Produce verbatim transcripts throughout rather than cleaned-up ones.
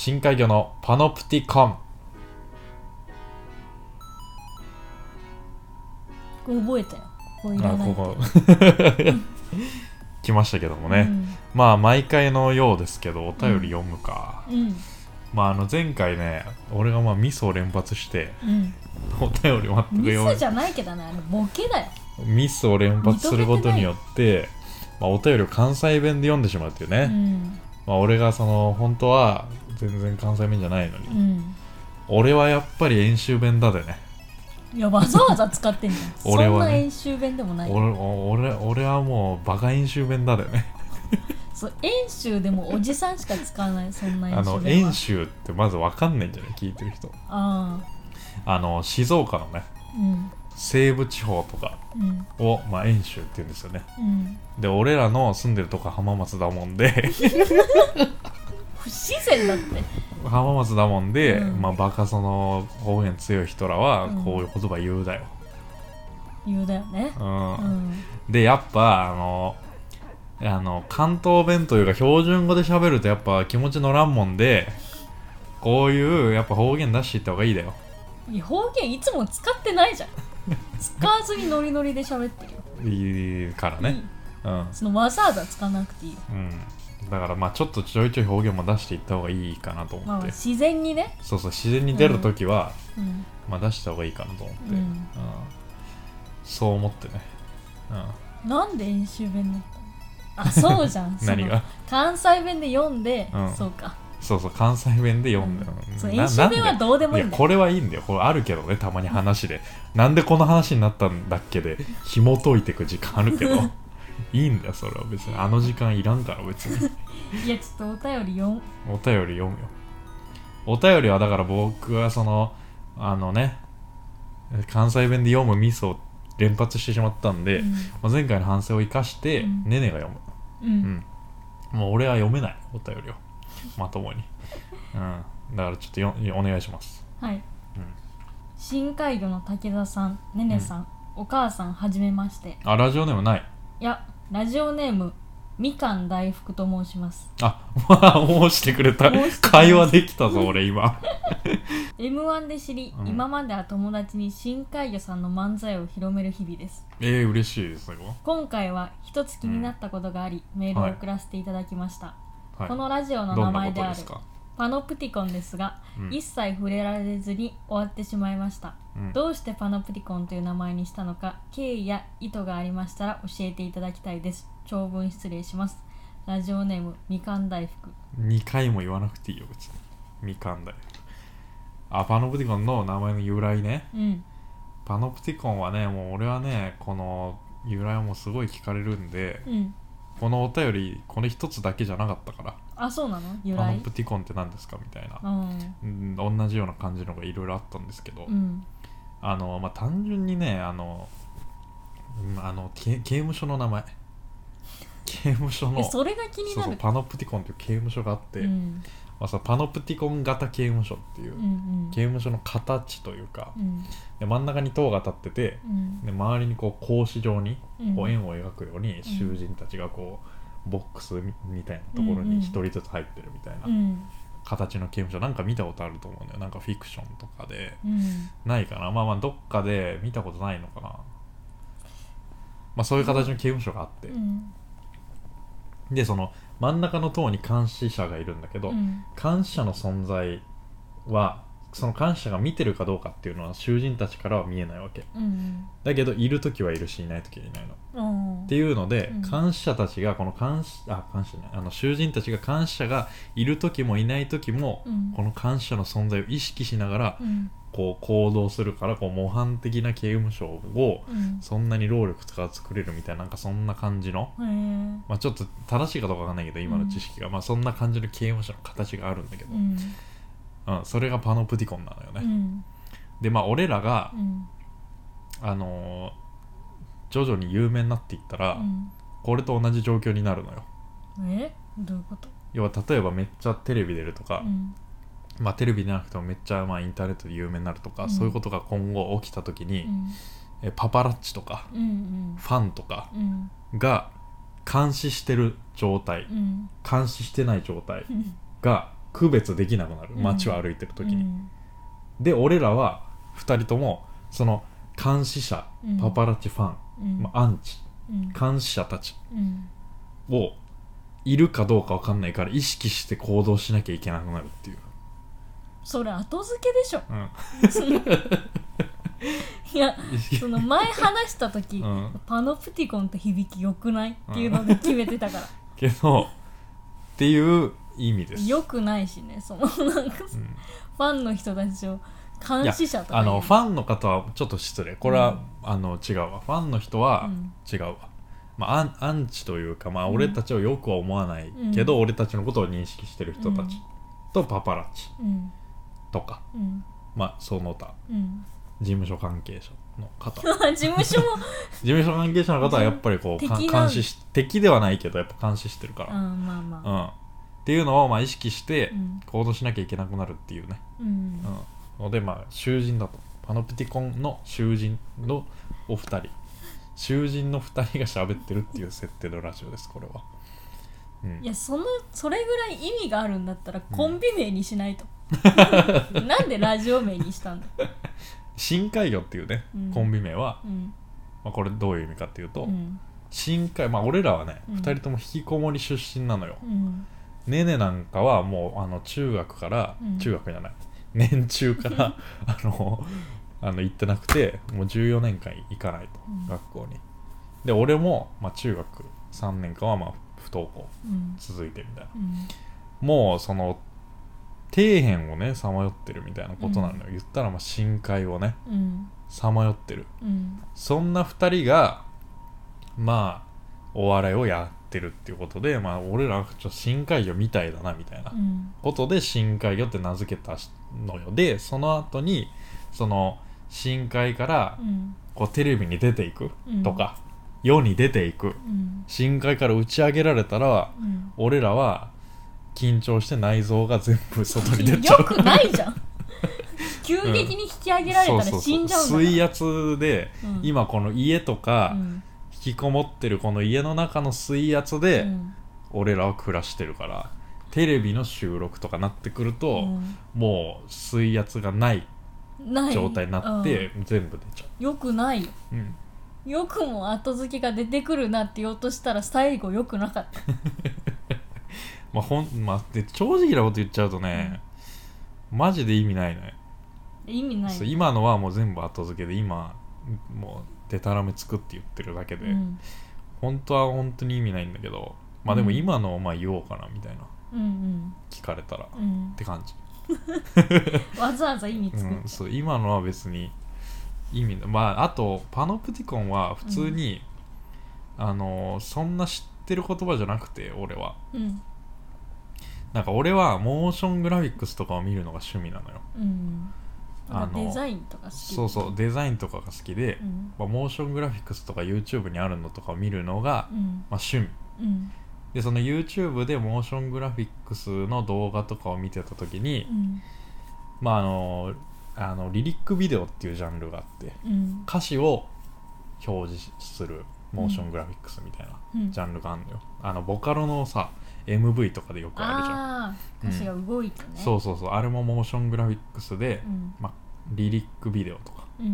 深海魚のパノプティコン。 これ覚えたよ。ここいらないって。 あここ来ましたけどもね、うん、まあ毎回のようですけどお便り読むか、 うんうん、 まああの前回ね俺がまあミスを連発して、うん、お便り全く読めミスじゃないけどね、あれボケだよ。 ミスを連発することによって、まあ、お便りを関西弁で読んでしまうっていうね、うん、まあ、俺がその本当は全然関西弁じゃないのに、うん、俺はやっぱり演習弁だでね。 いやわざわざ使ってんじゃん俺は、ね、そんな演習弁でもない。 俺, 俺, 俺はもうバカ演習弁だでねそう演習でもおじさんしか使わない。そんな演習弁は。あの演習ってまず分かんないんじゃない聞いてる人。ああの静岡のね、うん、西部地方とかを、うんまあ、演習って言うんですよね、うん、で俺らの住んでるとこ浜松だもんで不自然だって浜松だもんで、うんまあ、バカその方言強い人らはこういう言葉言うだよ、 うん、言うだよね、うんうん、 でやっぱあのあの関東弁というか標準語で喋るとやっぱ気持ち乗らんもんでこういうやっぱ方言出していった方がいいだよ。 いや方言いつも使ってないじゃん使わずにノリノリで喋ってるよ。 いいからね、 いい、うん、そのわざわざ使わなくていいよ、 うん、だからまあちょっとちょいちょい方言も出していった方がいいかなと思って、まあ、 自然にね。 そうそう自然に出るときは、うんうん、まあ出した方がいいかなと思って、うんうん、そう思ってね、 うん、なんで演習弁だったの。あそうじゃん何が関西弁で読んで、うん、そうかそうそう関西弁で読んだ、うん、 そう演習弁はどうでもいいんだよ。 いやこれはいいんだよ。これあるけどねたまに話でなんでこの話になったんだっけで紐解いていく時間あるけどいいんだよそれは別にあの時間いらんから別にいやちょっとお便り読むお便り読むよ。お便りはだから僕はそのあのね関西弁で読むミスを連発してしまったんで、うんまあ、前回の反省を生かして、うん、ねねが読む、うんうん、もう俺は読めないお便りをまともに、うん、だからちょっとよお願いします。 はい、うん、深海魚の武田さん、ねねさん、うん、お母さんはじめまして。 あラジオネームない。 いやラジオネームみかん大福と申します。 あ申してくれた会話できたぞ俺今エムワン で知り、うん、今までは友達に深海魚さんの漫才を広める日々です。 えー、嬉しいですね。 今回は一つ気になったことがあり、うん、メールを送らせていただきました、はい、このラジオの名前であるパノプティコンですが、うん、一切触れられずに終わってしまいました、うん、どうしてパノプティコンという名前にしたのか経緯や意図がありましたら教えていただきたいです。長文失礼します。ラジオネームみかん大福。 にかいも言わなくていいよ別に。みかん大福。あパノプティコンの名前の由来ね、うん、パノプティコンはねもう俺はねこの由来はもうすごい聞かれるんで、うん、このお便りこれ一つだけじゃなかったから。 あそうなの由来パノプティコンって何ですかみたいな、うん、同じような感じのがいろいろあったんですけど、うん、あのまあ単純にねあのあの刑務所の名前刑務所のそれが気になる。 そうそうパノプティコンっていう刑務所があって、うんまあ、さパノプティコン型刑務所っていう、うんうん、刑務所の形というか、うん、で真ん中に塔が立ってて、うん、で周りにこう格子状にこう円を描くように囚人たちがこうボックスみたいなところに一人ずつ入ってるみたいな形の刑務所なんか見たことあると思うんだよ。なんかフィクションとかで、うん、ないかな。まあまあどっかで見たことないのかな。まあそういう形の刑務所があって、うん、でその真ん中の塔に監視者がいるんだけど、うん、監視者の存在はその監視者が見てるかどうかっていうのは囚人たちからは見えないわけ、うん、だけどいるときはいるしいないときはいないの、うん、っていうので、うん、監視者たちがこの監視あ監視者ねあの囚人たちが監視者がいるときもいないときも、うん、この監視者の存在を意識しながら、うんこう行動するからこう模範的な刑務所をそんなに労力使わず作れるみたいな、なんかそんな感じの、まあ、ちょっと正しいかどうかわかんないけど今の知識が、うんまあ、そんな感じの刑務所の形があるんだけど、うんうん、それがパノプティコンなのよね、うん、でまあ俺らが、うん、あのー、徐々に有名になっていったら、うん、これと同じ状況になるのよ。 えどういうこと？ 要は例えばめっちゃテレビ出るとか、うんまあ、テレビじゃなくてもめっちゃまあインターネットで有名になるとか、うん、そういうことが今後起きた時に、うん、えパパラッチとか、うんうん、ファンとかが監視してる状態、うん、監視してない状態が区別できなくなる、街を歩いてる時に、うん、で俺らはふたりともその監視者、うん、パパラッチファン、うんまあ、アンチ、うん、監視者たちをいるかどうか分かんないから意識して行動しなきゃいけなくなるっていう。 それ後付けでしょ、うん、いやその前話した時、うん、パノプティコンって響き良くないっていうので決めてたから、うん、 けどっていう意味です。 良くないしね、そのなんか、うん、ファンの人たちを監視者とかあのファンの方はちょっと失礼、これは、うん、あの違うわ、ファンの人は違うわ、うんまあ、アン、アンチというか、まあ、俺たちをよくは思わないけど、うん、俺たちのことを認識してる人たちとパパラッチとか、うん、まあその他、うん、事務所関係者の方事務所も事務所関係者の方はやっぱりこう監視し敵ではないけどやっぱ監視してるから、 うんまあまあうん、 っていうのをまあ意識して行動しなきゃいけなくなるっていうね、うんうんのでまあ囚人だと、パノプティコンの囚人のお二人、囚人のふたりが喋ってるっていう設定のラジオですこれは、 うん、いやそのそれぐらい意味があるんだったらコンビ名にしないと、うん、なんでラジオ名にしたんだ深海魚っていうね、うん、コンビ名は、うんまあ、これどういう意味かっていうと、うん、深海まあ俺らはね、うん、ふたりとも引きこもり出身なのよ、うん、ねねなんかはもうあの中学から、うん、中学じゃない年中からあのあの行ってなくてもうじゅうよねんかん行かないと、うん、学校に。で俺も、まあ、中学さんねんかんはまあ不登校続いてみたいな、うん、もうその底辺をねさまよってるみたいなことなのよ、うん、言ったらまあ深海をねさまよってる、うん、そんなふたりがまあお笑いをやってるっていうことで、まあ俺らはちょっと深海魚みたいだなみたいなことで深海魚って名付けたのよ。でその後にその深海からこうテレビに出ていくとか、うん、世に出ていく、うん、深海から打ち上げられたら、うん、俺らは緊張して内臓が全部外に出ちゃう。 よくないじゃん急激に引き上げられたら死んじゃうんだから、 水圧で、うん、今この家とか、うん、引きこもってるこの家の中の水圧で、うん、俺らは暮らしてるからテレビの収録とかなってくると、うん、もう水圧がない状態になって、うん、全部出ちゃう。 よくないよ、うん、よくも後付けが出てくるなって言おうとしたら最後よくなかったまあほん、まあ、で正直なこと言っちゃうとね、うん、マジで意味ないね。 意味ない、 そう今のはもう全部後付けで今もうデタラメつくって言ってるだけで、うん、本当は本当に意味ないんだけど、まあでも今のをまあ言おうかなみたいな、うんうん、聞かれたら、うん、って感じわざわざ意味作った、 うん、そう今のは別に意味まああとパノプティコンは普通に、うん、あのそんな知ってる言葉じゃなくて俺は、うん、なんか俺はモーショングラフィックスとかを見るのが趣味なのよ、うん、 あのデザインとか好き。 そうそうデザインとかが好きで、うんまあ、モーショングラフィックスとか YouTube にあるのとかを見るのが、うんまあ、趣味、うんでその YouTube でモーショングラフィックスの動画とかを見てた時に、うん、まああのあのリリックビデオっていうジャンルがあって、うん、歌詞を表示するモーショングラフィックスみたいなジャンルがあるのよ、うん、あのボカロのさ エムブイ とかでよくあるじゃん。 あ歌詞が動いてね、 うん、そうそうそうあれもモーショングラフィックスで、うんまあ、リリックビデオとか、うん、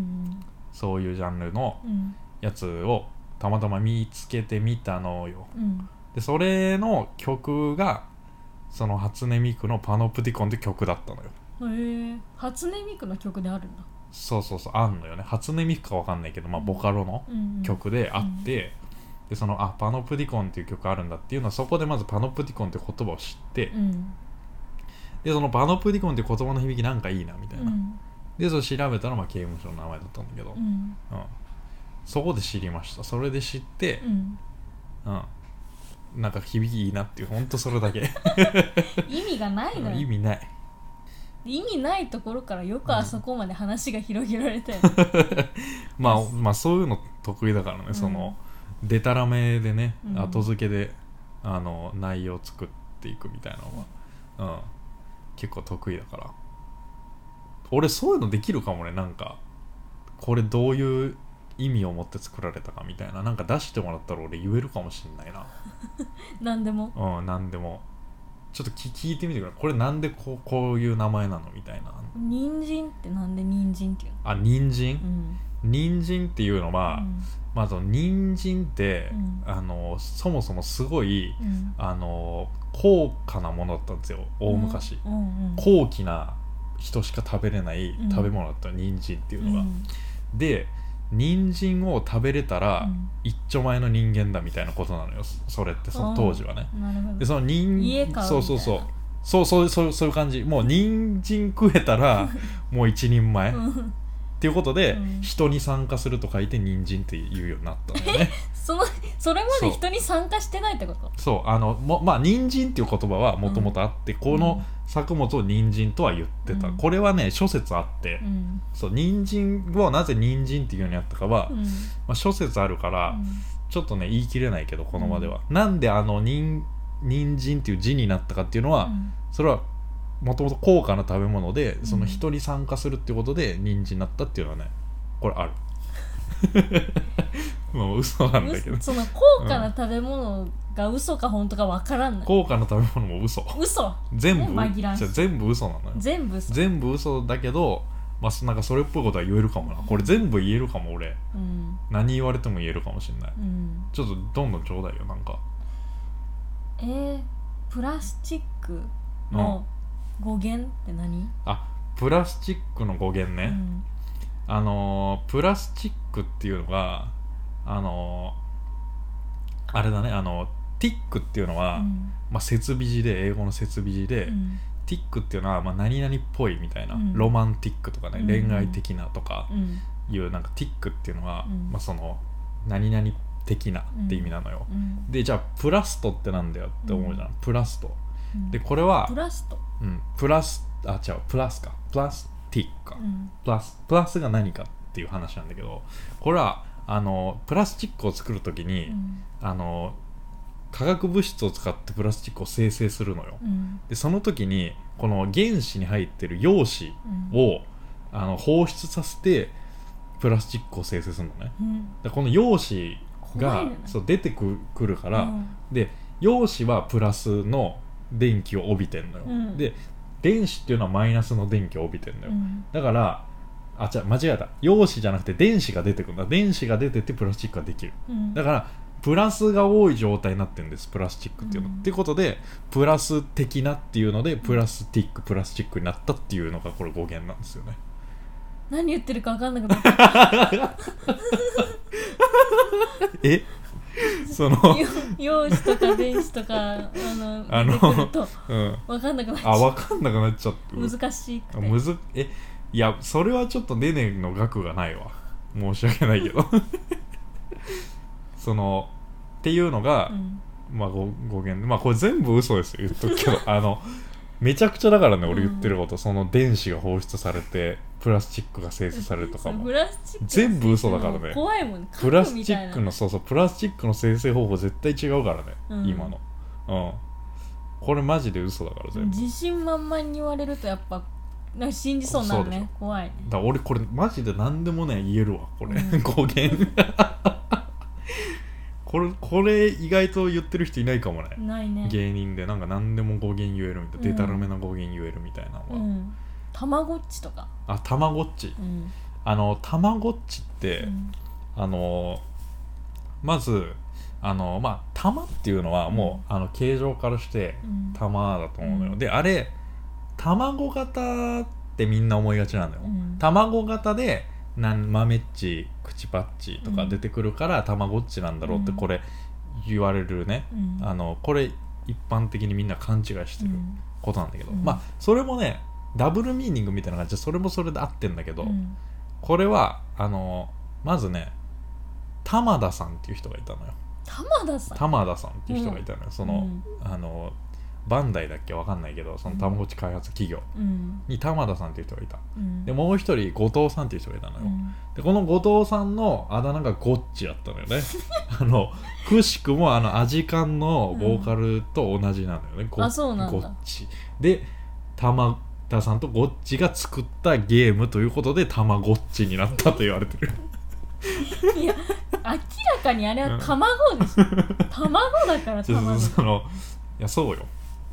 そういうジャンルのやつをたまたま見つけてみたのよ、うんでそれの曲がその初音ミクのパノプティコンって曲だったのよ。 へえ初音ミクの曲であるんだ。 そうそうそうあんのよね。初音ミクかわかんないけど、まあ、ボカロの曲であって、うんうん、でそのあパノプティコンっていう曲あるんだっていうのはそこでまずパノプティコンって言葉を知って、うん、でそのパノプティコンっていう言葉の響きなんかいいなみたいな、うん、でそれ調べたらまあ刑務所の名前だったんだけど、うんうん、そこで知りました。それで知って、うんうんなんか響きいいなっていうほんとそれだけ意味がないのよ。 意味ない意味ないところからよくあそこまで話が広げられたよ、 うん、まあまあそういうの得意だからね、うん、そのデタラメでね、うん、後付けであの内容を作っていくみたいなのは、うん、結構得意だから俺そういうのできるかもね。なんかこれどういう意味を持って作られたかみたいななんか出してもらったら俺言えるかもしんないな何でもうん何でもちょっと聞いてみてください。これなんでこう、こういう名前なのみたいな。 人参ってなんで人参っていうの？ あ、人参、 うん、 人参っていうのは、うん、まず人参って、うん、あのそもそもすごい、うん、あの高価なものだったんですよ、大昔、うんうんうん、高貴な人しか食べれない食べ物だった、うん、人参っていうのが、うん、で人参を食べれたら、うん、一丁前の人間だみたいなことなのよ、それってその当時はね。でその人家買うみたいな、 そうそうそうそうそうそうそういう感じ、もう人参食えたらもう一人前っていうことで、うん、人に参加すると書いて人参って言うようになったんだよね。 そのそれまで人に参加してないってこと？ そう、あのもまあ人参っていう言葉はもともとあって、うん、この作物を人参とは言ってた、うん、これはね諸説あって、うん、そう人参をなぜ人参っていうようになったかは、うん、まあ、諸説あるから、うん、ちょっとね言い切れないけどこの場では、うん、なんであの人人参っていう字になったかっていうのは、うん、それはもともと高価な食べ物で、その人に参加するっていうことで人参になったっていうのはね、これある。もう嘘なんだけど、 その高価な食べ物が嘘か本当か分からんない、 高価な食べ物も嘘嘘全部全部嘘なのよ、 全部嘘全部嘘だけど、まあ、なんかそれっぽいことは言えるかもな、これ全部言えるかも俺、うん、何言われても言えるかもしれない、うん、ちょっとどんどんちょうだいよなんか。 えー、プラスチックの語源って何？うん、 あ、プラスチックの語源ね、うん、あのー、プラスチックっていうのがあのー、あれだね、あのティックっていうのは、うん、まあ、設備字で英語の設備字で、うん、ティックっていうのは、まあ、何々っぽいみたいな、うん、ロマンティックとかね、うん、恋愛的なとかいう、なんかティックっていうのは、うん、まあ、その何々的なって意味なのよ、うん、でじゃあプラストってなんだよって思うじゃん、うん、プラスト、うん、でこれはプラスト、 うん、プラスあ違うプラスかプラスティックか、うん、プラスプラスが何かっていう話なんだけど、これはあのプラスチックを作るときに、うん、あの化学物質を使ってプラスチックを生成するのよ、うん、でその時にこの原子に入ってる陽子を、うん、あの放出させてプラスチックを生成するのね、うん、でこの陽子がそう出てくるから、うん、で陽子はプラスの電気を帯びてんのよ、うん、で電子っていうのはマイナスの電気を帯びてんのよ、うん、だからあ違う間違えた、陽子じゃなくて電子が出てくるんだ、電子が出ててプラスチックができる、うん、だからプラスが多い状態になってるんです、プラスチックっていうの、うん、っていうことでプラス的なっていうのでプラスティックプラスチックになったっていうのがこれ語源なんですよね。 何言ってるか分かんなくなったえその陽子とか電子とかあのあの出てくると分かんなくなっちゃう、 うん、あ分かんなくなっちゃって難しいくてむずえいやそれはちょっとねねの額がないわ、申し訳ないけどそのっていうのが、うん、まあ 語, 語源で、まあこれ全部嘘ですよ言っとくけどあのめちゃくちゃだからね俺言ってること、うん、その電子が放出されてプラスチックが生成されるとかも全部嘘だからね。 怖いもんね、 プラスチックのそうそうプラスチックの生成方法絶対違うからね、うん、今の、うん、これマジで嘘だから全部。 自信満々に言われるとやっぱなんか信じそうになるね、怖い。 だから俺これマジで何でもね言えるわこれ、うん、語源これこれ意外と言ってる人いないかもね。 ないね。 芸人でなんか何でも語源言えるみたいな、うん、デタラメな語源言えるみたいなのは、うん、 たまごっちとか。 あ、たまごっち、うん、あのたまごっちって、うん、あのまずあのまあ玉っていうのはもう、うん、あの形状からして玉だと思うのよ、うん、であれ卵型ってみんな思いがちなんだよ、うん、卵型でなん豆っち口パッチとか出てくるからたまごっちなんだろうってこれ言われるね、うん、あのこれ一般的にみんな勘違いしてることなんだけど、うん、まあそれもねダブルミーニングみたいな感じでそれもそれで合ってんだけど、うん、これはあのまずね玉田さんっていう人がいたのよ。 玉田さん玉田さんっていう人がいたのよ、うん、その、うん、あのバンダイだっけわかんないけどそのたまごっち開発企業に玉田さんっていう人がいた、うん、でもう一人後藤さんっていう人がいたのよ、うん、でこの後藤さんのあだ名がゴッチやったのよねあのくしくもあのアジカンのボーカルと同じなのよね、 うん、あそうなんだ。 ゴッチで玉田さんとゴッチが作ったゲームということでたまごっちになったと言われてるいや明らかにあれは卵でしょ、うん、卵だから卵そのいやそうよ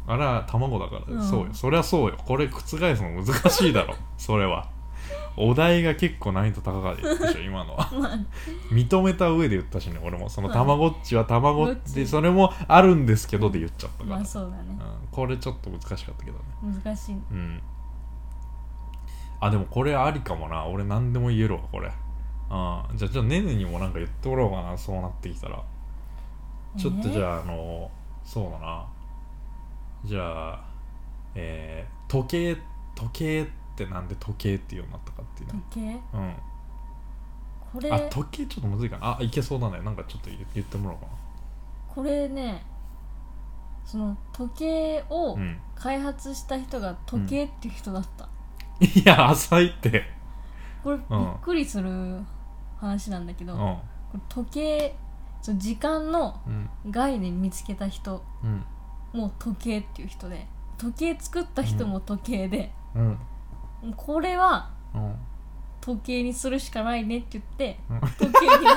あれは卵だから、 うん、 そうよ、そりゃそうよ。これ覆すの難しいだろそれはお題が結構難易度高かったでしょ今のは認めた上で言ったしね、俺もそのたまごっちはたまごっちでそれもあるんですけどで言っちゃったから、 まあそうだね、 うん、これちょっと難しかったけどね。 難しい。うん。 あ、でもこれありかもな。俺何でも言えるわこれ。ああ、じゃあじゃあねねにもなんか言ってもらおうかな、そうなってきたら。ちょっとじゃあ、あのそうだな、じゃあえー、時計時計ってなんで時計っていうようになったかっていうね。 時計、 うん、 これあ、時計ちょっとむずいかなあ。いけそうだね。なんかちょっと言ってもらおうかな。 これね、その時計を開発した人が時計っていう人だった、 うん、いや浅いって。 これびっくりする話なんだけど、うん、これ時計、その時間の概念見つけた人、うん、もう時計っていう人で、時計作った人も時計で、うん、これは時計にするしかないねって言って、うん、時計にな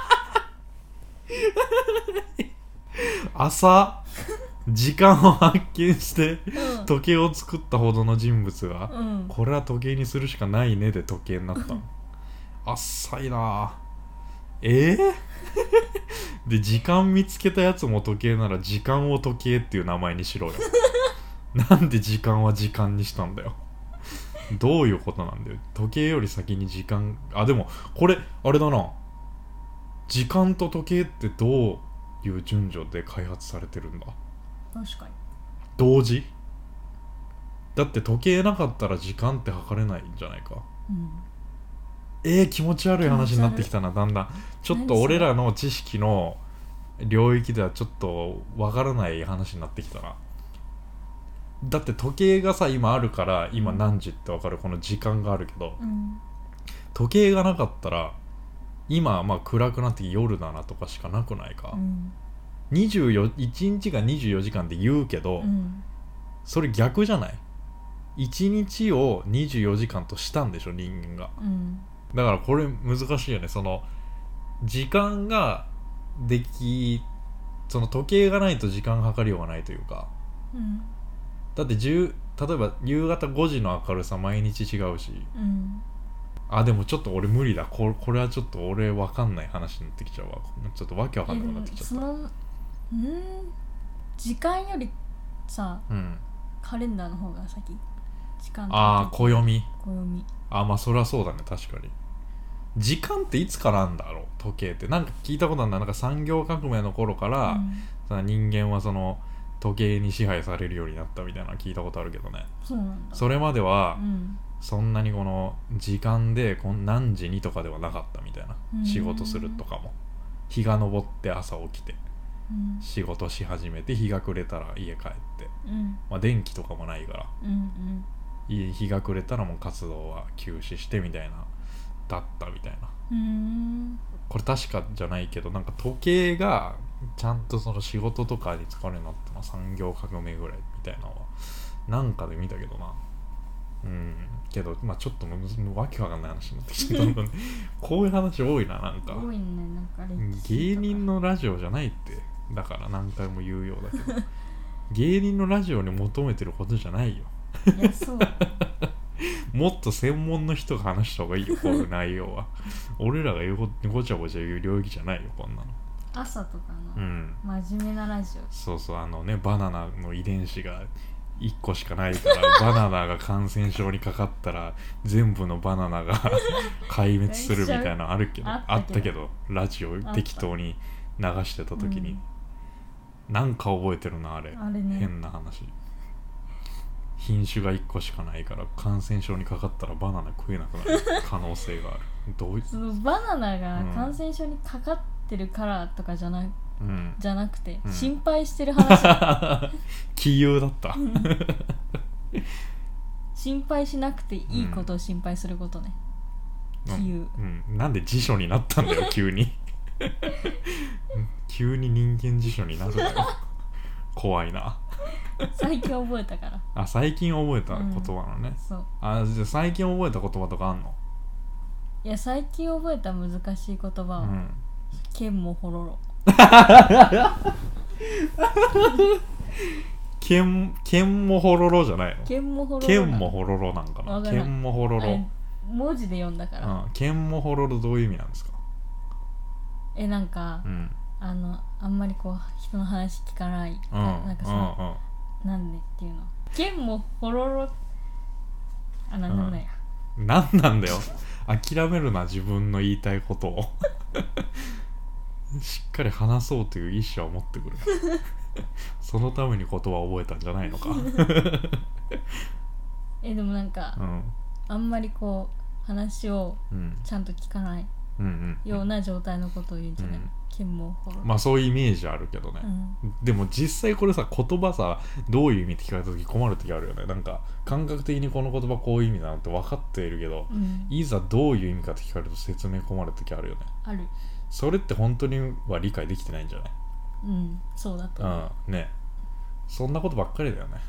った朝時間を発見して時計を作ったほどの人物が、うん、これは時計にするしかないねで時計になったの浅いな。えー、で時間見つけたやつも時計なら時間を時計っていう名前にしろよなんで時間は時間にしたんだよどういうことなんだよ。時計より先に時間、あ、でもこれあれだな、時間と時計ってどういう順序で開発されてるんだ。 確かに同時だって、時計なかったら時間って測れないんじゃないか、うん、えー、気持ち悪い話になってきたな。だんだんちょっと俺らの知識の領域ではちょっとわからない話になってきたな。だって時計がさ今あるから今何時ってわかる、この時間があるけど、うん、時計がなかったら今まあ暗くなって夜だなとかしかなくないか、うん、にじゅうよいちにちがにじゅうよじかんって言うけど、うん、それ逆じゃない。いちにちをにじゅうよじかんとしたんでしょ人間が、うん、だからこれ難しいよね。その時間ができ、その時計がないと時間計りようがないというか、うん、だってじゅう例えば夕方ごじの明るさ毎日違うし、うん、あ、でもちょっと俺無理だ。これ、これはちょっと俺分かんない話になってきちゃうわ。ちょっとわけわかんなくなってきちゃった。そのん時間よりさ、うん、カレンダーの方が先。時間ああ、暦。 暦。 あ、まあそれはそうだね、確かに。時間っていつからなんだろう、時計って。なんか聞いたことあるんだ。なんか産業革命の頃から、うん、その人間はその時計に支配されるようになったみたいなの聞いたことあるけどね。 そうなんだ。 それまでは、うん、そんなにこの時間でこん何時にとかではなかったみたいな。仕事するとかも日が昇って朝起きて、うん、仕事し始めて日が暮れたら家帰って、うん、まあ電気とかもないから、うんうん、日が暮れたらもう活動は休止してみたいなだったみたいな。うーん、これ確かじゃないけど、なんか時計がちゃんとその仕事とかに使われるようになったのは産業革命ぐらいみたいなのはなんかで見たけどな。うん、けどまあちょっとわけわかんない話になってきてこういう話多いな。なんか多いね。なんか芸人のラジオじゃないって。だから何回も言うようだけど芸人のラジオに求めてることじゃないよ。 いやそうもっと専門の人が話した方がいいよ、こういう内容は。俺らが言うごごちゃごちゃ言う領域じゃないよ、こんなの。 朝とかの真面目なラジオ、うん、 そうそう、あのね、バナナの遺伝子がいっこしかないからバナナが感染症にかかったら全部のバナナが壊滅するみたいなのあるけどあったけどラジオ適当に流してた時に、うん、なんか覚えてるなあれ、 あれ、ね、 変な話。品種がいっこしかないから感染症にかかったらバナナ食えなくなる可能性がある。どういうそのバナナが感染症にかかってるからとかじゃない、うん、じゃなくて、うん、心配してる話。 杞憂だった、うん、 心配しなくていいことを心配することね、うん、杞憂、 うんうん、なんで辞書になったんだよ急に急に人間辞書になるなよ怖いな。 最近覚えたから。 あ、最近覚えた言葉のね、 うん、そう。 あ、じゃあ最近覚えた言葉とかあんの？ いや、最近覚えた難しい言葉は、うん、ケンもほろろ。 ケンケンモホロロじゃないの？ ケンモホロロケンモホロロなんかな。ケンモホロロ文字で読んだから、 うん、ケンモホロロどういう意味なんですか？ えなんか、うん、あのあんまりこう人の話聞かない、うん、なんかさ、うんうん、なんでっていうのケンモホロロあな、うん、なんだよなんなんだよ諦めるな自分の言いたいことをしっかり話そうという意思は持ってくるそのために言葉を覚えたんじゃないのかえでもなんか、うん、あんまりこう話をちゃんと聞かないような状態のことを言うんじゃない、うんうんまあそういうイメージあるけどね、うん、でも実際これさ言葉さどういう意味って聞かれた時困る時あるよね。なんか感覚的にこの言葉こういう意味だなって分かっているけど、うん、いざどういう意味かって聞かれると説明困る時あるよね。 ある。 それって本当には理解できてないんじゃない？ うんそうだと思う、 うん、ねそんなことばっかりだよね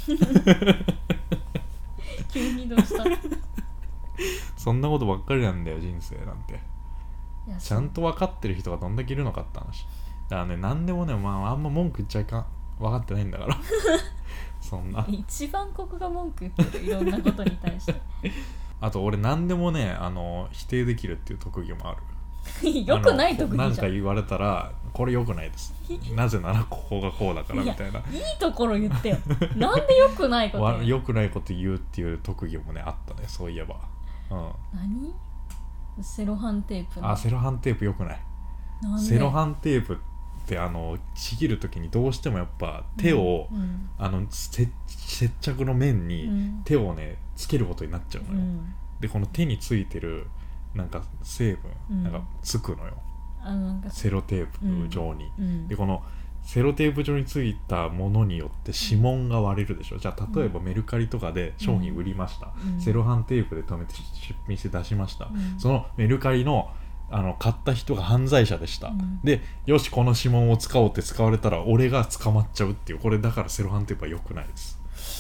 急にどうしたそんなことばっかりなんだよ人生なんて。ちゃんと分かってる人がどんだけいるのかって話だからね。何でもね、まあ、あんま文句言っちゃいかん、分かってないんだからそんな一番ここが文句言ってるいろんなことに対してあと俺何でもねあの否定できるっていう特技もあるよくない特技じゃん。 なんか言われたらこれよくないですなぜならここがこうだからみたいな。いいいところ言ってよなんでよくないことよくないこと言うっていう特技もねあったねそういえば、うん、 何セロハンテープ、 ね、あセロハンテープよくない。セロハンテープってあのちぎるときにどうしてもやっぱ手を、うんうん、あの接着の面に手をねつけることになっちゃうのよ、うん、でこの手についてるなんか成分、うん、なんかつくのよあなんかセロテープ状に、うん、でこのセロテープ状についたものによって指紋が割れるでしょ。じゃあ例えばメルカリとかで商品売りました、うん、セロハンテープで留めて出品して出しました、うん、そのメルカリのあの買った人が犯罪者でした、うん、でよしこの指紋を使おうって使われたら俺が捕まっちゃうっていう。これだからセロハンテープは良くないです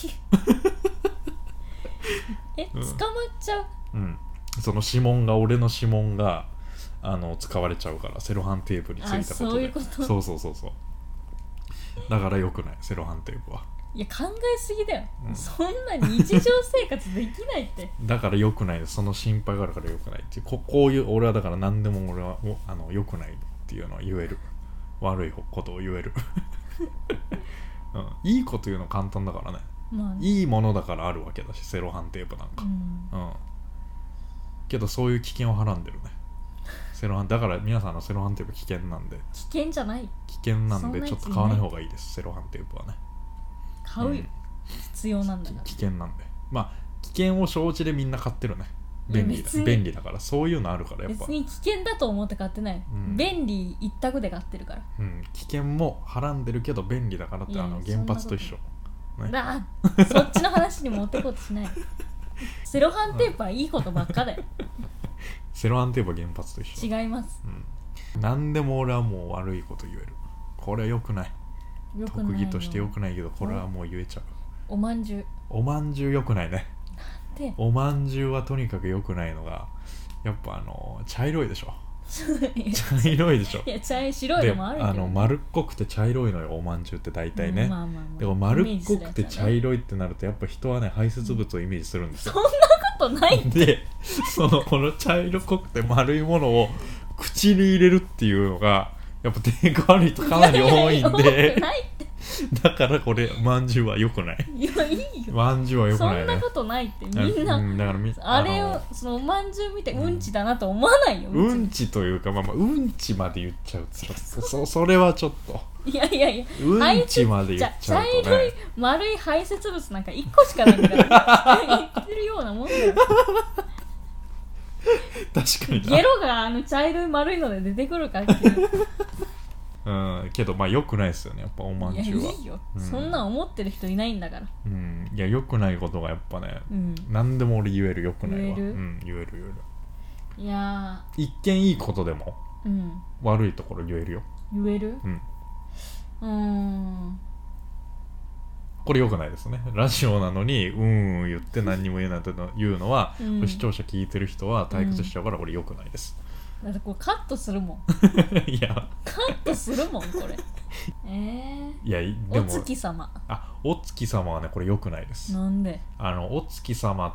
え、捕まっちゃう、 うん、その指紋が俺の指紋があの使われちゃうからセロハンテープについたことで。 そういうこと。 そうそうそうそうだから良くないセロハンテープは。 いや考えすぎだよ、うん、そんな日常生活できないってだから良くないです。その心配があるから良くないっていう こ, こういう俺はだから何でも俺はあの良くないっていうのは言える。悪いことを言える、うん、いいこと言うの簡単だからね、まあね、いいものだからあるわけだしセロハンテープなんか、うんうん、けどそういう危険をはらんでるねセロハンだから皆さんのセロハンテープ危険なんで。 危険じゃない。 危険なんでちょっと買わない方がいいです。セロハンテープはね買うよ、うん、必要なんだから。 危険なんでまあ危険を承知でみんな買ってるね。便利だ便利だからそういうのあるからやっぱ別に危険だと思って買ってない、うん、便利一択で買ってるから、 うん、危険もはらんでるけど便利だからってあの原発と一緒、 ね、だそっちの話に持ってこうとしないセロハンテープはいいことばっかだよセロハンテープは原発と一緒。 違います、 うん、何でも俺はもう悪いこと言える。これは良くない。良くない特技として良くないけどこれはもう言えちゃう。 おまんじゅうおまんじゅう良くないね。 なんでおまんじゅうはとにかく良くないのがやっぱあの茶色いでしょ茶色いでしょ。 いや茶白いのもあるけど、ね、 あの丸っこくて茶色いのよおまんじゅうって大体ね、うんまあまあまあ、でも丸っこくて茶色いってなるとやっぱ人はね排泄物をイメージするんですよ、 うん、そんなことないってでそのこの茶色っこくて丸いものを口に入れるっていうのがやっぱ抵抗悪いとかなり多いんでだからこれまんじゅうは良くない。 いやいいよまんじゅうは良くないね。 そんなことないってみんな、うん、だからみあれをそのおまんじゅう見てうんちだなと思わないよ、 うん、うんちというかまあまあうんちまで言っちゃうとそ, それはちょっといやいやいやうんちまで言っちゃうと、ね、 茶色い丸い排泄物なんかいっこしかないんだから言ってるようなもんだよ確かにゲロがあの茶色い丸いので出てくるかっていううん、けどまあ良くないですよねやっぱおまんじゅうは。 いやいいよ、うん、そんな思ってる人いないんだから。 うんいや良くないことがやっぱね、うん、何でも俺言える良くないわ。 言える、 うん、言える言える。 いや一見いいことでも、うん、悪いところ言えるよ。 言える。うんうーんこれ良くないですね。ラジオなのにうんうん言って何にも言えないというのは、うん、視聴者聞いてる人は退屈しちゃうからこれ良くないです。 だってこれカットするもんいやカットするもんこれえー、 いやでもお月様あお月様はねこれ良くないです。 なんで？ あのお月様って、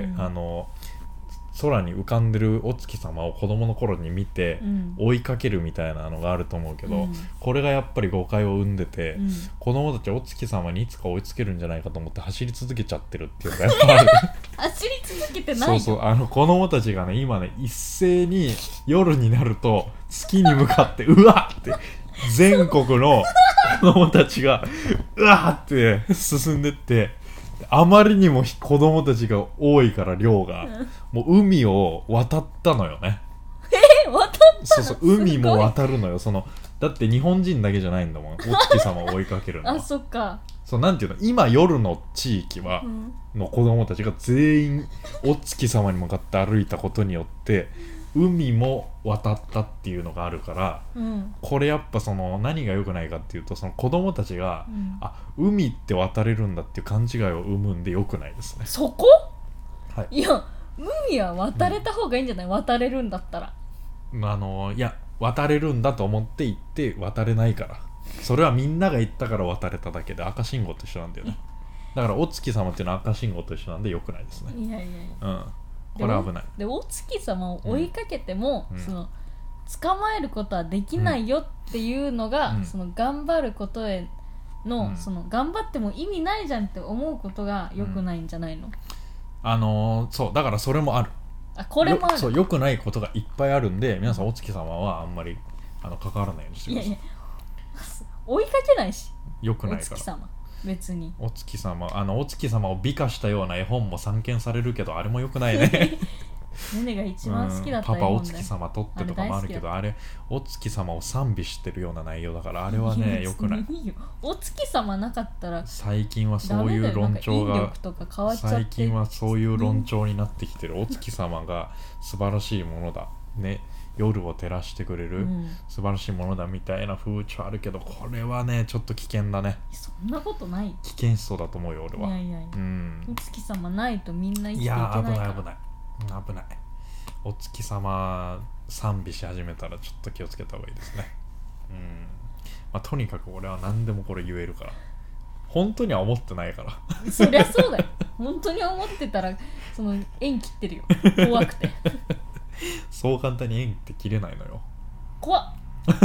うん、あの空に浮かんでるお月様を子供の頃に見て、うん、追いかけるみたいなのがあると思うけど、うん、これがやっぱり誤解を生んでて、うん、子供たちお月様にいつか追いつけるんじゃないかと思って走り続けちゃってるっていうのがやっぱある走り続けてないよ。 そうそうあの子供たちがね今ね一斉に夜になると月に向かってうわって全国の子供たちがうわって進んでって、あまりにも子供たちが多いから量が、うん、もう海を渡ったのよね。 えー、渡ったの？ そうそう海も渡るのよ。そのだって日本人だけじゃないんだもんお月様を追いかけるのはあそっか。 そうなんていうの今夜の地域は、うん、の子供たちが全員お月様に向かって歩いたことによって海も渡ったっていうのがあるから、うん、これやっぱその何が良くないかっていうとその子供たちが、うん、あ海って渡れるんだっていう勘違いを生むんで良くないですね。 そこ？はい、いや海は渡れた方がいいんじゃない、うん、渡れるんだったら。 あのいや渡れるんだと思って行って渡れないからそれはみんなが行ったから渡れただけで赤信号と一緒なんだよね。だからお月様っていうのは赤信号と一緒なんで良くないですね。いやいやいや、うんこれ危ない。 でお月様を追いかけても、うん、その捕まえることはできないよっていうのが、うん、その頑張ることへの、うん、その頑張っても意味ないじゃんって思うことが良くないんじゃないの？うん、 あのー、そうだからそれもある。 あこれもある。 そう良くないことがいっぱいあるんで皆さんお月様はあんまりあの関わらないようにしてください。いやいや追いかけないし良くないから。 お月様別にお月様あのお月様を美化したような絵本も散見されるけどあれも良くないねネネが一番好きだった絵本、ね、 パパお月様とってとかもあるけど あれ, あれお月様を賛美してるような内容だからあれはね良くない。 いいよお月様なかったら最近はそういう論調が最近はそういう論調になってきてる。お月様が素晴らしいものだね夜を照らしてくれる、うん、素晴らしいものだみたいな風潮あるけどこれはねちょっと危険だね。 そんなことない。 危険そうだと思うよ俺は。 いやいやいや、うん、お月様ないとみんな生きていけないから。 いや危ない危ない危ない。お月様賛美し始めたらちょっと気をつけた方がいいですね。うんまあ、とにかく俺は何でもこれ言えるから本当には思ってないからそりゃそうだよ。本当に思ってたらその縁切ってるよ怖くてそう簡単に縁って切れないのよ。 怖っ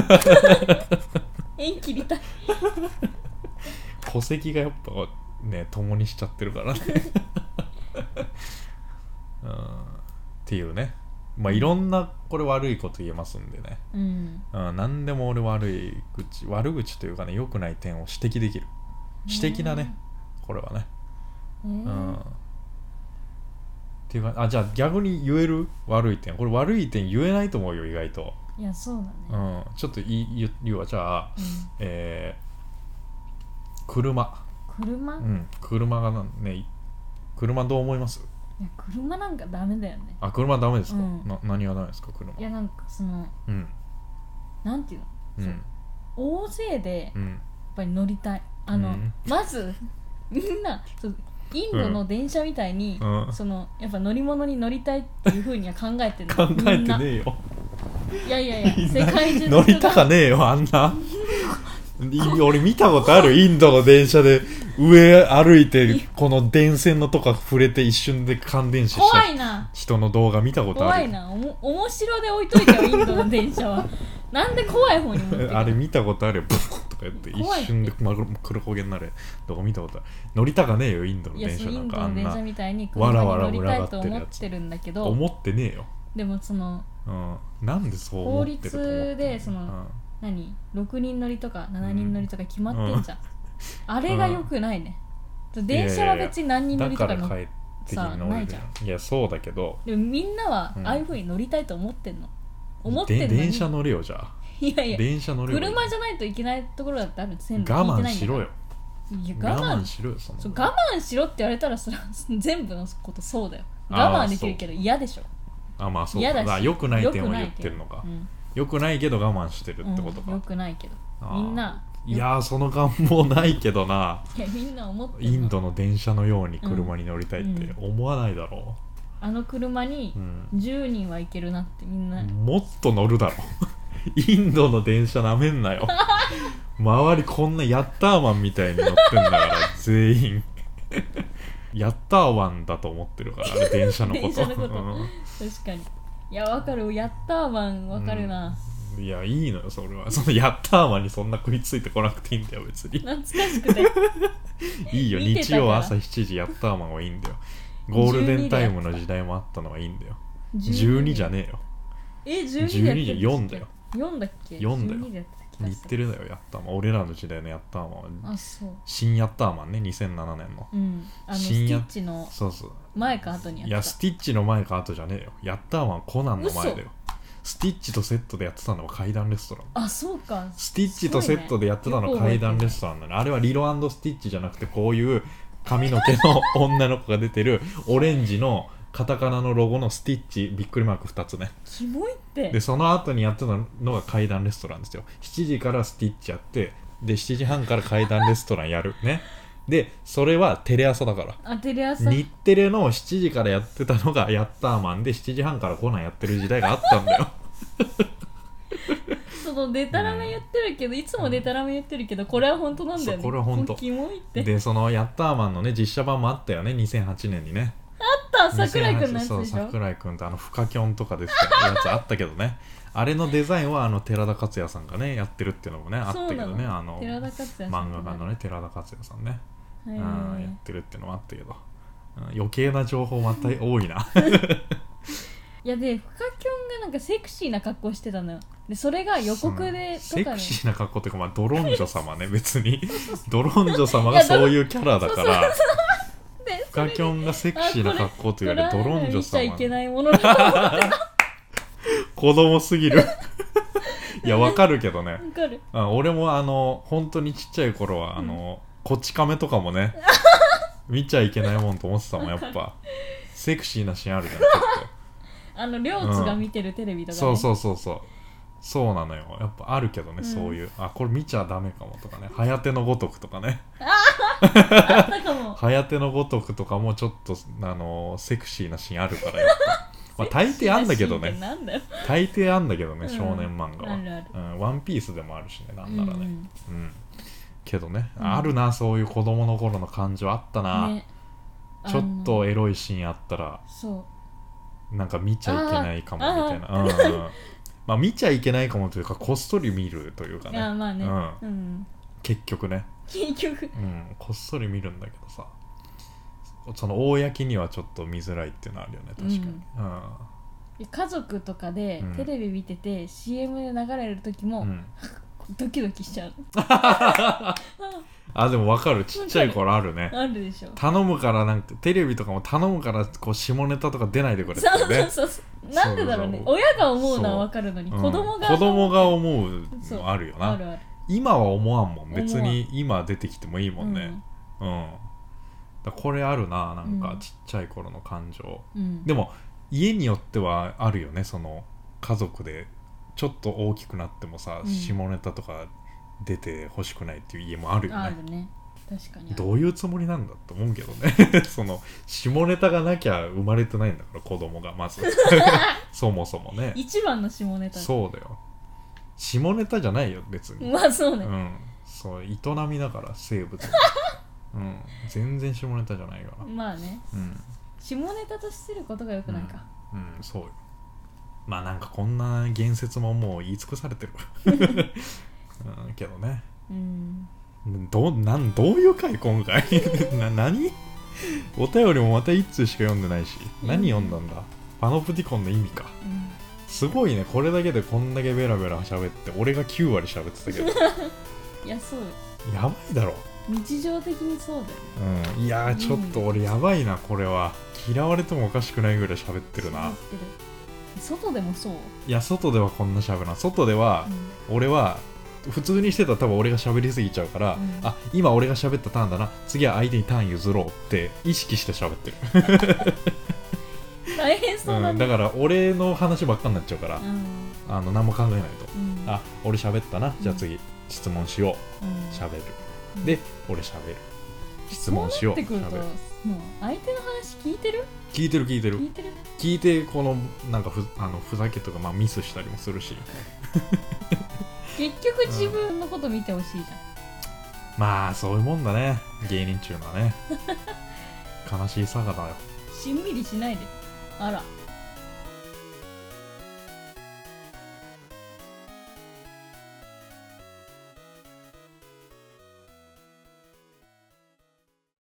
縁切りたい戸籍がやっぱね共にしちゃってるからねうんっていうねまあいろんなこれ悪いこと言えますんでね、うんうん、何でも俺悪い口悪口というかね良くない点を指摘できる指摘だねこれはね、えー、うんっていうかあじゃあ逆に言える悪い点これ悪い点言えないと思うよ意外と。 いやそうだね、 うん、ちょっと言い言うわじゃあ、うんえー、車車、 うん、車がね車どう思います？ いや車なんかダメだよね。 あ車ダメですか、うん、な何がダメですか車。 いやなんかその、うん、なんていうの、うん、大勢でやっぱり乗りたい、うん、あの、うん、まずみんなそうインドの電車みたいに、うん、そのやっぱ乗り物に乗りたいっていう風には考えてるの考えてねえよ。 いやいやいや世界中の人が乗りたかねえよあんな俺見たことあるインドの電車で上歩いてこの電線のとか触れて一瞬で感電死した人の動画見たことある。 怖いな。おも面白で置いといてよインドの電車はなんで怖い方に持ってくるあれ見たことあるよブッとか言って一瞬で黒焦げになる動画見たことある。乗りたかねえよインドの電車なんかあんなインドの電車みたいに車に乗りたいと思ってるんだけど思ってねえよ。 でもその、 うん、なんでそう思ってると思って法律でその、うん、何ろくにん乗りとかしちにん乗りとか決まってんじゃん、うん、あれが良くないね、うん、電車は別に何人乗りとかのさないじゃん。 いやそうだけどでもみんなはああいう風に乗りたいと思ってんの、うん、思ってんのに電車乗れよじゃあ。 いやいや電車乗れよ。 車じゃないといけないところだってある。線路我慢しろよ。 いや我慢我慢しろよ。そのそう我慢しろって言われたらそれは全部のことそうだよ。我慢できるけど嫌でしょ。 あまあそうかだ。良くない点を言ってるのか。良くないけど我慢してるってことか。 良くないけどみんな。 いやーその願望ないけどな。 いやみんな思ってる。 インドの電車のように車に乗りたいって思わないだろう、うんうん、 あの車にじゅうにんは行けるなってみんな、 もっと乗るだろインドの電車なめんなよ周りこんなヤッターマンみたいに乗ってんだから全員ヤッターワンだと思ってるからあれ電車のこと電車のこと、うん、確かに。いやわかる、ヤッターマンわかるな、 うん、いやいいのよそれは。そのヤッターマンにそんな食いついてこなくていいんだよ別に。 懐かしくていいよ日曜朝しちじヤッターマンはいいんだよ。ゴールデンタイムの時代もあったのはいいんだよ。じゅうにじゃねえよ。 えじゅうにでやってるっけ。 よんだよ。 よんだっけ。 よんだよ。日テレだよヤッターマン。俺らの時代のヤッターマンは。 あそう。 新ヤッターマンねにせんななねんの。 うん。あのスティッチの前か後にやってた。 いやスティッチの前か後じゃねえよ。ヤッターマンコナンの前だよ。スティッチとセットでやってたのは階段レストラン。 あそうか。 スティッチとセットでやってたのは階段レストランなの。あれはリロ&スティッチじゃなくてこういう髪の毛の女の子が出てるオレンジのカタカナのロゴのスティッチびっくりマークふたつね。 キモいって。 でその後にやってたのが階段レストランですよ。しちじからスティッチやってでしちじはんから階段レストランやるね。でそれはテレ朝だから。 あテレ朝。 日テレのしちじからやってたのがヤッターマンでしちじはんからコナンやってる時代があったんだよそのデタラメ言ってるけど、うん、いつもデタラメ言ってるけどこれは本当なんだよね。 これは本当。 キモいって。 でそのヤッターマンのね実写版もあったよねにせんはちねんにね。 あった桜井くんのやつでしょ。 そう桜井くんとあのフカキョンとかですかやつあったけどねあれのデザインはあの寺田克也さんがねやってるっていうのもねあったけどね。あの寺田克也さん漫画家のね寺田克也さんね、うん、やってるっていうのもあったけど、うん、余計な情報また多いいやでフカキョンがなんかセクシーな格好してたのよ。でそれが予告でとか、ね、 セクシーな格好っていうかまあドロンジョ様ね別にドロンジョ様がそういうキャラだからフカキョンがセクシーな格好というよりドロンジョ様見ちゃいけないものだと思って子供すぎるいやわかるけどね。 わかる。 あ俺もあの本当にちっちゃい頃はあの、うん、こち亀とかもね見ちゃいけないもんと思ってたもんやっぱセクシーなシーンあるじゃんちょっとあの両津が見てるテレビとかね、 うん、そうそうそうそうそうなのよ。やっぱあるけどね、うん、そういうあこれ見ちゃダメかもとかね。はやてのごとくとかねあったかも。 はやてのごとくとかもちょっとあのセクシーなシーンあるからやっぱまあ大抵あんだけどね大抵あんだけどね、うん、少年漫画はあるある、うん、ワンピースでもあるしねなんならね、うん、うん、けどね、うん、あるなそういう子供の頃の感情あったな、ね、ちょっとエロいシーンあったらそうなんか見ちゃいけないかもみたいな、うんうん、まあ見ちゃいけないかもというかこっそり見るというかね。 あまあね、うんうん、結局ね結局、 うん、こっそり見るんだけどさその公にはちょっと見づらいっていうのあるよね確かに、うんうん、家族とかでテレビ見てて、うん、シーエム で流れる時も、うん、ドキドキしちゃうあでも分かるちっちゃい頃あるねあるでしょ。 頼むからなんかテレビとかも頼むからこう下ネタとか出ないでくれってね。 そうそうそうなんでだろうね。親が思うのは分かるのに、うん、子供が子供が思うのあるよな。 あるある。 今は思わんもん別に今出てきてもいいもんね。うん、うん、だこれあるななんかちっちゃい頃の感情、うん、でも家によってはあるよね。その家族でちょっと大きくなってもさ、うん、下ネタとか出て欲しくないっていう家もあるよね。 あるね確かに。 どういうつもりなんだと思うけどねその下ネタがなきゃ生まれてないんだから子供がまずそもそもね一番の下ネタ。 そうだよ下ネタじゃないよ別に。 まあそうね、 うん、そう営みだから生物うん、全然下ネタじゃないからまあね、うん、下ネタとしてることがよくないか、 うん、うん、そうよ。まあなんかこんな言説ももう言い尽くされてる、うん、けどね、うん、ど, なんどういう回今回な何お便りもまた一通しか読んでないし、うん、何読んだんだパノプティコンの意味か、うん、すごいねこれだけでこんだけベラベラ喋って俺がきゅうわり喋ってたけどいやそうやばいだろ日常的にそうだよね、 うん、いやーちょっと俺やばいなこれは。嫌われてもおかしくないぐらい喋ってるな。 ってる。外でもそう。 いや外ではこんな喋らん。外では、うん、俺は普通にしてたら多分俺が喋りすぎちゃうから、うん、あ今俺が喋ったターンだな次は相手にターン譲ろうって意識して喋ってる大変そうだね、 うん、だから俺の話ばっかになっちゃうから、うん、あの何も考えないと、うん、あ俺喋ったなじゃあ次、うん、質問しよう喋、る、うん、で俺喋る質問しようそうなってくるともう相手の話聞いてる聞いてる聞いてる聞いてる聞いてこのなんかふあのふざけとか、まあ、ミスしたりもするし結局自分のこと見てほしいじゃん、うん、 まあそういうもんだね、芸人っちゅうのはね悲しいさがだよ。 しんみりしないで。あら